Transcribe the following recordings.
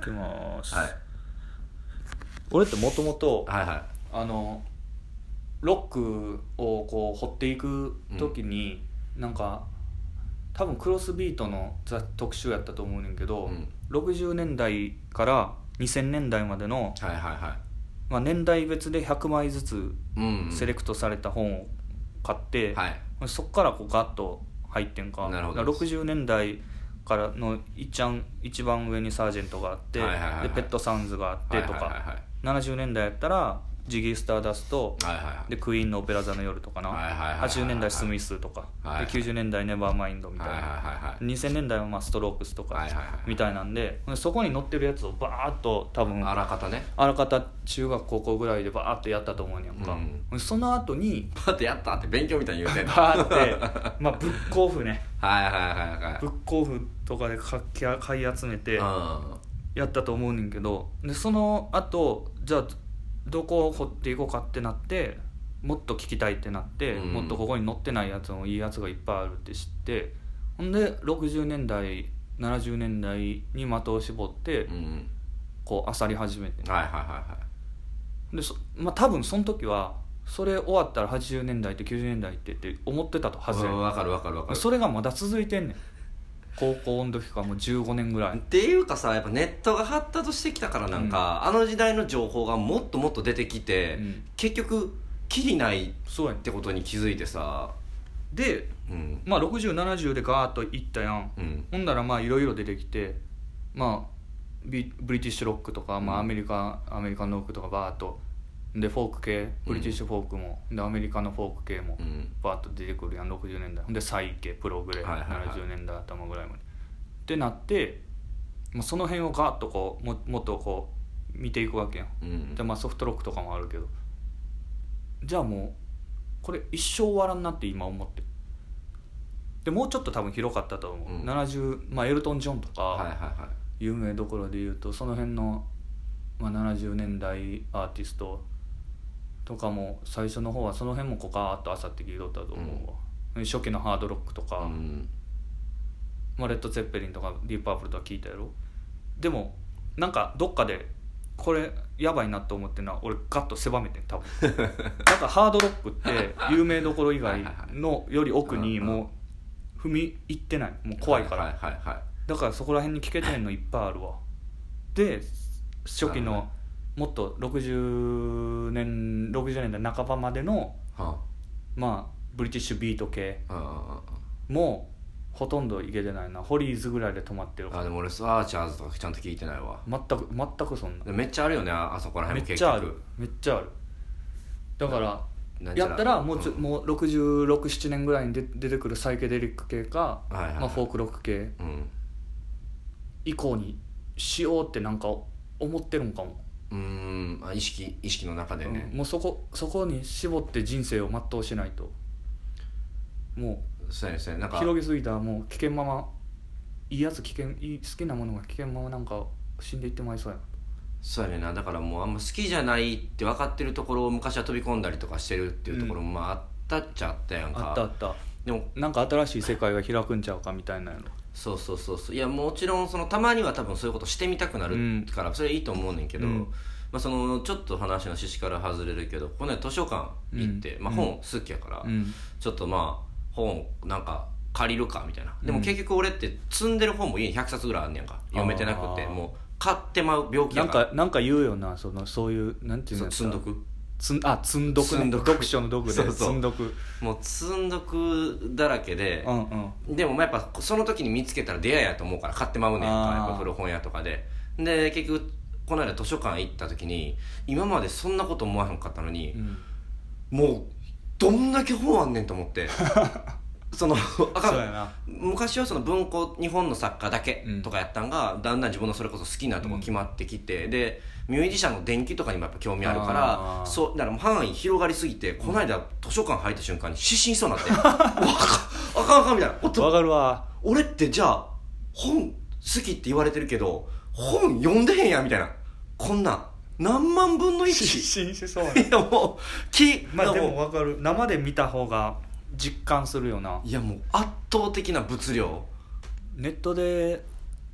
きます、 はい、 俺ってもともとはいはいロックをこう掘っていく時に、なんか多分クロスビートの特集やったと思うねんけど、60年代から2000年代までの、 はいはいはいまあ、年代別で100枚ずつセレクトされた本を買って、 はい、 そっからこうガッと入ってんか。 なるほど。 60年代からの一番上にサージェントがあって、 はいはいはいはい、 でペットサウンズがあってとか、 はいはいはいはい、 70年代やったらジギー・スターダスト、 はいはいはい、 でクイーンのオペラ座の夜とかな、 はいはいはいはい、 80年代スミスとか、 はいはい、 で90年代ネバーマインドみたいな、 はいはいはいはい、 2000年代はまあストロークスとか、 はいはいはい、 みたいなんで、そこに載ってるやつをバーッと多分あらかたね、 あらかた中学高校ぐらいでバーッとやったと思うねんか、その後にバーッてやったって勉強みたいに言うてんのバーってまあブックオフねはいはいはいはい、 ブックオフとかで買い集めてやったと思うねんけど、でその後じゃあどこを掘っていこうかってなって、もっと聞きたいってなって、もっとここに載ってないやつもいいやつがいっぱいあるって知って、ほんで60年代70年代に的を絞って、こう漁り始めて、 はいはいはいはい、 でまあ多分その時はそれ終わったら80年代って90年代って思ってたとはずや。 分かる分かる分かる。 それがまだ続いてんねん。高校の時からもう15年ぐらいっていうかさ、やっぱネットが発達してきたからなんか、あの時代の情報がもっともっと出てきて、結局キリないってことに気づいてさ、 で、まあ6070でガーッといったやん、ほんだらまあいろいろ出てきて、まあブリティッシュロックとか、まあ、アメリカンロックとかバーッとでフォーク系ブリティッシュフォークも、でアメリカのフォーク系もバーッと出てくるやん60年代でサイケプログレ、70年代頭ぐらいまでってなって、まあ、その辺をガーッとこうもっとこう見ていくわけやん、でまあソフトロックとかもあるけど、じゃあもうこれ一生終わらんなって今思って、でもうちょっと多分広かったと思う、70、まあ、エルトン・ジョンとか、有名どころで言うとその辺の、まあ、70年代アーティストとかも最初の方はその辺もこうガーッとあさって聞いとったと思うわ、初期のハードロックとか、まあ、レッド・ツェッペリンとかディープ・パープルとか聞いたやろ。でもなんかどっかでこれやばいなと思ってるのは俺ガッと狭めてん多分なんかハードロックって有名どころ以外のより奥にもう踏み入ってない、もう怖いから、だからそこら辺に聞けてんのいっぱいあるわ。で初期のもっと60年代半ばまでの、まあブリティッシュビート系もほとんどいけてないな。ホリーズぐらいで止まってるから。 でも俺アーチャーズとかちゃんと聞いてないわ。 全くそんな。 めっちゃあるよね、あそこら辺も結局。めっちゃある。だからやったらもう66、7年ぐらいに出てくるサイケデリック系か、まあ、フォークロック系、以降にしようってなんか思ってるんかも。 意識の中でね、 もうそこに絞って人生を全うしないと、もうそうやね、なんか広げすぎたらもう危険まま好きなものが危険ままなんか死んでいってまいそうやな。 そうやねんな。だからもうあんま好きじゃないって分かってるところを昔は飛び込んだりとかしてるっていうところもまああったっちゃあったやんか。 あった。でもなんか新しい世界が開くんちゃうかみたいなやろ。 そういやもちろんそのたまには多分そういうことしてみたくなるからそれいいと思うねんけど、まあ、そのちょっと話の趣旨から外れるけど、この図書館行って、まあ、本好きやから、ちょっとまあ本なんか借りるかみたいな。でも結局俺って積んでる本も家に100冊ぐらいあんねんか、読めてなくてもう買ってまう病気やから。 なんか言うよな、そういうなんていうの、 積んどく積んどくね、読書の読で積んどく、 もう積んどくだらけで、でもやっぱその時に見つけたら出会いやと思うから買ってまうねんか、やっぱ古本屋とかで。で結局この間図書館行った時に今までそんなこと思わへんかったのに、もうどんだけ本あんねんと思ってそうやな。昔はその文庫日本の作家だけとかやったんが、だんだん自分のそれこそ好きなとこ決まってきて、でミュージシャンの伝記とかにもやっぱ興味あるから、だからもう範囲広がりすぎて、この間図書館入った瞬間に失神しそうになってあかんみたいな。 わかるわ。 俺ってじゃあ本好きって言われてるけど本読んでへんやみたいな、こんな何万分の1 失神しそうや。 いやもうまあでもわかる、生で見た方が実感するよな。 いやもう圧倒的な物量。 ネットで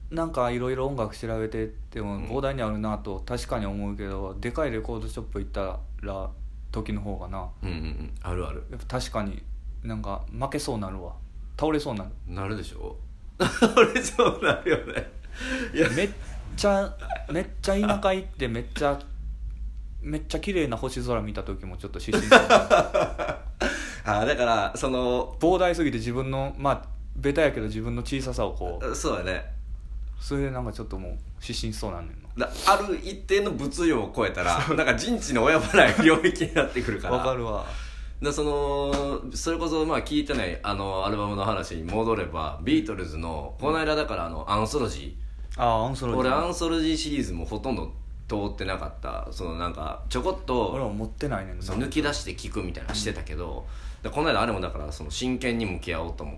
なんかいろいろ音楽調べてっても膨大にあるなと確かに思うけど、でかいレコードショップ行ったら時の方がな、 あるある。 やっぱ確かになんか負けそうなるわ、倒れそうなる。 なるでしょ倒れそうなるよね。 いやめっちゃ田舎行ってめっちゃ綺麗な星空見た時もちょっと失神するだからその膨大すぎて自分のまあベタやけど自分の小ささをこう、 そうだね、 それでなんかちょっともう失神しそうなんねんの。 ある一定の物量を超えたらなんか人知の親払い領域になってくるからわかるわ。 それこそまあ聞いてないアルバムの話に戻れば、ビートルズのこの間だからアンソロジー、 アンソロジー、 俺アンソロジーシリーズもほとんど通ってなかった。そのなんかちょこっと俺も持ってないねんな、 抜き出して聞くみたいなしてたけど、でこの間あれもだからその真剣に向き合おうと思って、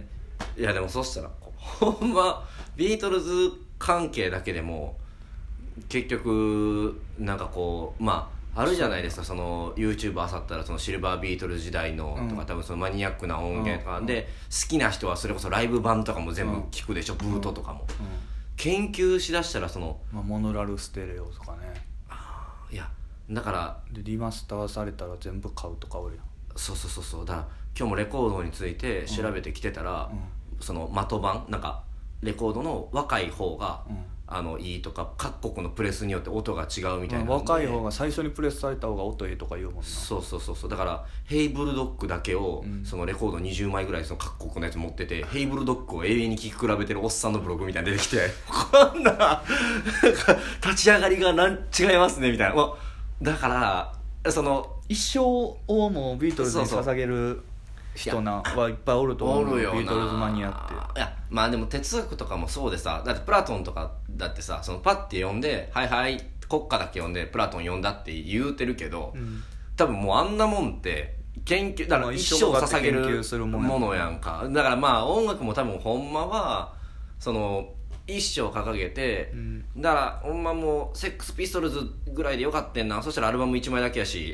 いやでもそしたらほんまビートルズ関係だけでも結局なんかこうまああるじゃないですか、その YouTube 漁ったらそのシルバービートルズ時代のとか、多分そのマニアックな音源とかで、好きな人はそれこそライブ版とかも全部聞くでしょ、ブートとかも、研究しだしたらその、 モノラルステレオとかね。 いやだからでリマスターされたら全部買うとかおるやん。 そうだから今日もレコードについて調べてきてたら、その的版なんかレコードの若い方が、いいとか、各国のプレスによって音が違うみたいな、 若い方が最初にプレスされた方が音いいとか言うもんな。 そうだからヘイブルドッグだけを、そのレコード20枚ぐらいその各国のやつ持ってて、ヘイブルドッグを永遠に聴き比べてるおっさんのブログみたいなの出てきてこんな立ち上がりが違いますねみたいな。だからその一生をもうビートルズに捧げる人はいっぱいおると思う。ビートルズマニアって。 いやまあでも哲学とかもそうでさ、だってプラトンとかだってさ、そのパッて読んではい国家だけ読んでプラトン読んだって言うてるけど、多分もうあんなもんって研究だから一生捧げるものやんか。だからまあ音楽も多分ほんまはその一生掲げて、だからほんまもうセックスピストルズぐらいでよかったんな。そしたらアルバム1枚だけやし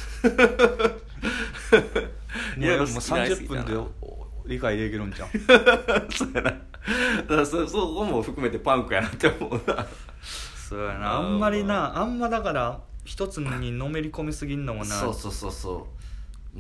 いやもう30分で理解できるんじゃんそうやな。だからそこも含めてパンクやなって思うな。 そうやな。あんまだから一つにのめり込みすぎんのもな。 そう、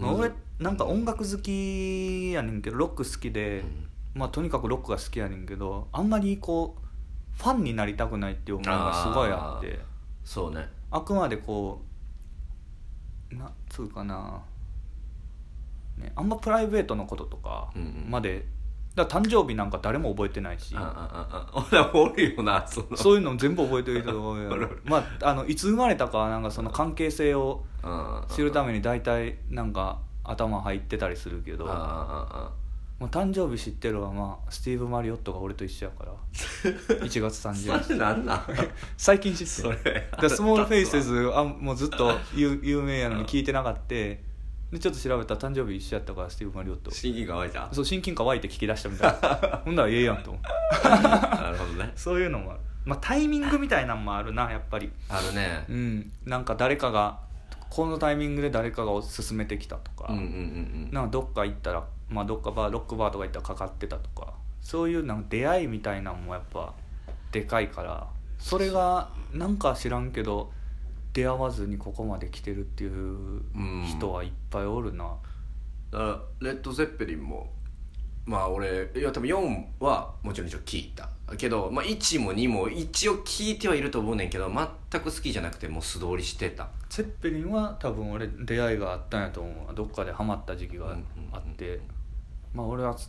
俺なんか音楽好きやねんけど、ロック好きで、まあとにかくロックが好きやねんけど、あんまりこうファンになりたくないっていう思いがすごいあって。 そうね。 あくまでこうなんつうかな、ね、あんまプライベートのこととかまで、だから誕生日なんか誰も覚えてないし、 おるよな、 そういうの全部覚えてる人がまあいつ生まれたかなんかその関係性を知るために大体なんか頭入ってたりするけど、もう誕生日知ってるはまあスティーブ・マリオットが俺と一緒やから1月30日それなんなん最近知ってる。スモールフェイスズもうずっと有名やのに聞いてなかった。でちょっと調べたら誕生日一緒やったから、スティーブ・マリオット親近感湧いた。 そう、親近感湧いて聞き出したみたいなほんならええやんと思うなるほどね。 そういうのもある。まあタイミングみたいなのもあるな、やっぱりあるね。 なんか誰かがこのタイミングで誰かが勧めてきたとか、なんかどっか行ったら、まあどっかロックバーとか行ったらかかってたとか、そういうなんか出会いみたいなのもやっぱでかいから、それがなんか知らんけど出会わずにここまで来てるっていう人はいっぱいおるな。 だからレッド・ゼッペリンもまあ俺多分4はもちろん聞いたけど、まあ、1も2も一応聞いてはいると思うねんけど、全く好きじゃなくてもう素通りしてた。 ゼッペリンは多分俺出会いがあったんやと思う。どっかでハマった時期があって、まあ俺は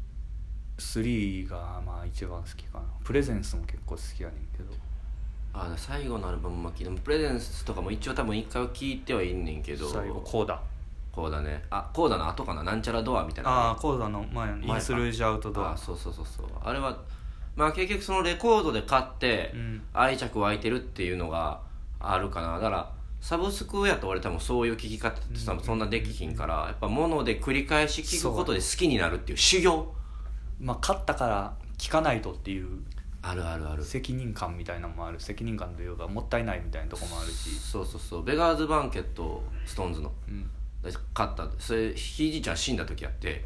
3がまあ一番好きかな。プレゼンスも結構好きやねんけど、 最後のアルバムも聴いてもプレゼンスとかも一応多分1回は聴いてはいんねんけど、 最後コーダね、コーダの後かな、なんちゃらドアみたいな。 コーダの前にインスルージアウトドア。 そうあれはまあ結局そのレコードで買って愛着湧いてるっていうのがあるかな。だからサブスクやと俺多分そういう聴き方ってそんなできひんから、やっぱ物で繰り返し聴くことで好きになるっていう修行。 まあ買ったから聴かないとっていうある責任感みたいなのもある。責任感というかもったいないみたいなとこもあるし。 そうベガーズバンケットストーンズの、買った。それひいじいちゃん死んだ時やって、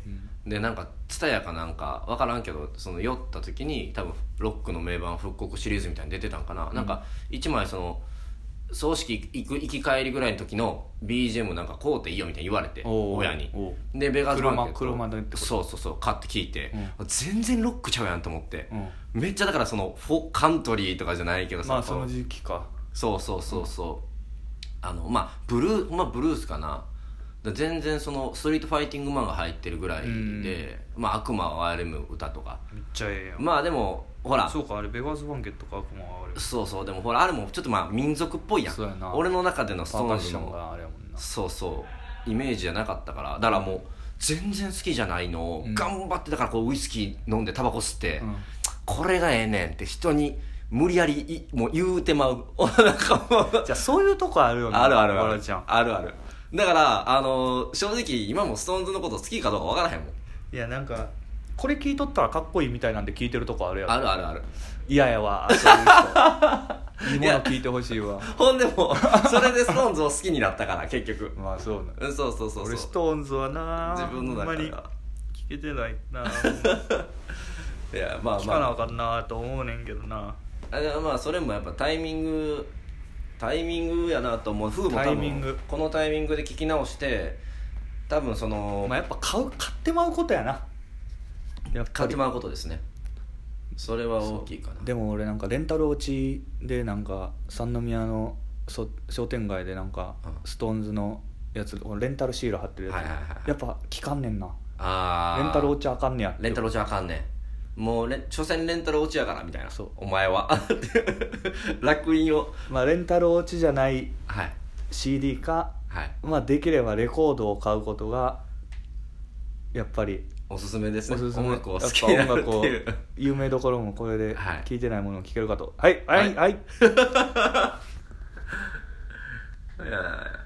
でなんか蔦屋かなんか分からんけどその寄った時に多分ロックの名盤復刻シリーズみたいに出てたんかな、なんか1枚その葬式行き帰りぐらいの時の BGM なんか買うていいよみたいに言われて親にでベガーズバンケット車でってことそう買って聞いて、全然ロックちゃうやんと思って、めっちゃだからそのカントリーとかじゃないけどさ、 まあその時期かそうまあブルースかな、全然そのストリートファイティングマンが入ってるぐらいで、まあ悪魔を憐れむ歌とかめっちゃええやん。 まあでもほらそうか、あれベガーズバンケットか悪魔はあれそうでもほらあれもちょっとまあ民族っぽいやん。 そうやな、 俺の中でのストーンズのがあれやもんな。 そうイメージじゃなかったから、だからもう全然好きじゃないのを、頑張ってだからこうウイスキー飲んでタバコ吸って、これがええねんって人に無理やりもう言うてまうなんかもうじゃあそういうとこあるよね。 あるちゃんあるだから正直今もストーンズのこと好きかどうか分からへんもん。 いやなんかこれ聞いとったらかっこいいみたいなんで聞いてるとこあるやろ。 ある嫌やわそういう人いいもの聞いてほしいわ。 ほんでもそれでストーンズを好きになったから結局まあそうね。 そう俺ストーンズはな自分の中ではあんまり聞けてないないやまあ聞かなあかんなと思うねんけどな。 まあそれもやっぱタイミングやなと思う。風も多分このタイミングで聞き直して多分そのまあやっぱ買ってまうことやな。 やっぱ買ってまうことですね。それは大きいかな。 でも俺なんかレンタル落ちでなんか三宮の商店街でなんかストーンズのやつレンタルシール貼ってるやつ、やっぱ聞かんねんな。レンタル落ちあかんねや。 レンタル落ちあかんねん。もう所詮レンタル落ちやからみたいな。 そうお前は楽印をまあレンタル落ちじゃない CD か、 はい、 まあできればレコードを買うことがやっぱりおすすめですね。 音楽を好きになるっていう有名どころもこれで聞いてないものを聞けるかと。はいいや